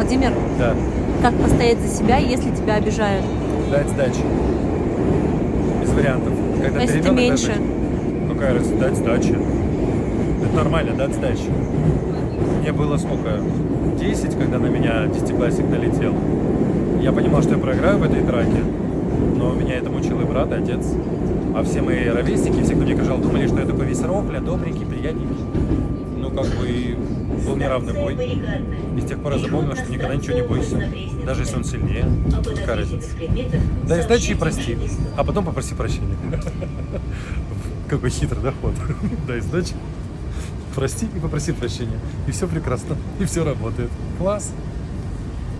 Владимир, Да. как постоять за себя, если тебя обижают? Дать сдачи. Без вариантов. Когда А если ты ребенок, меньше? какая разница? Дать сдачи. Это нормально, дать сдачи. Мне было сколько? 10, когда на меня десятиклассник налетел. Я понимал, что я проиграю в этой драке. Но меня этому учил и брат, и отец. А все мои ровесники, все, кто мне окружал, думали, что я такой весь ропля, добренький, приятненький. Ну, как бы, и был неравный бой. И с тех пор я запомнил, что никогда ничего не бойся. Даже если он сильнее. Какая разница? Дай сдачи и прости. А потом попроси прощения. Какой хитрый доход. Дай сдачи, прости и попроси прощения. И все прекрасно. И все работает. Класс.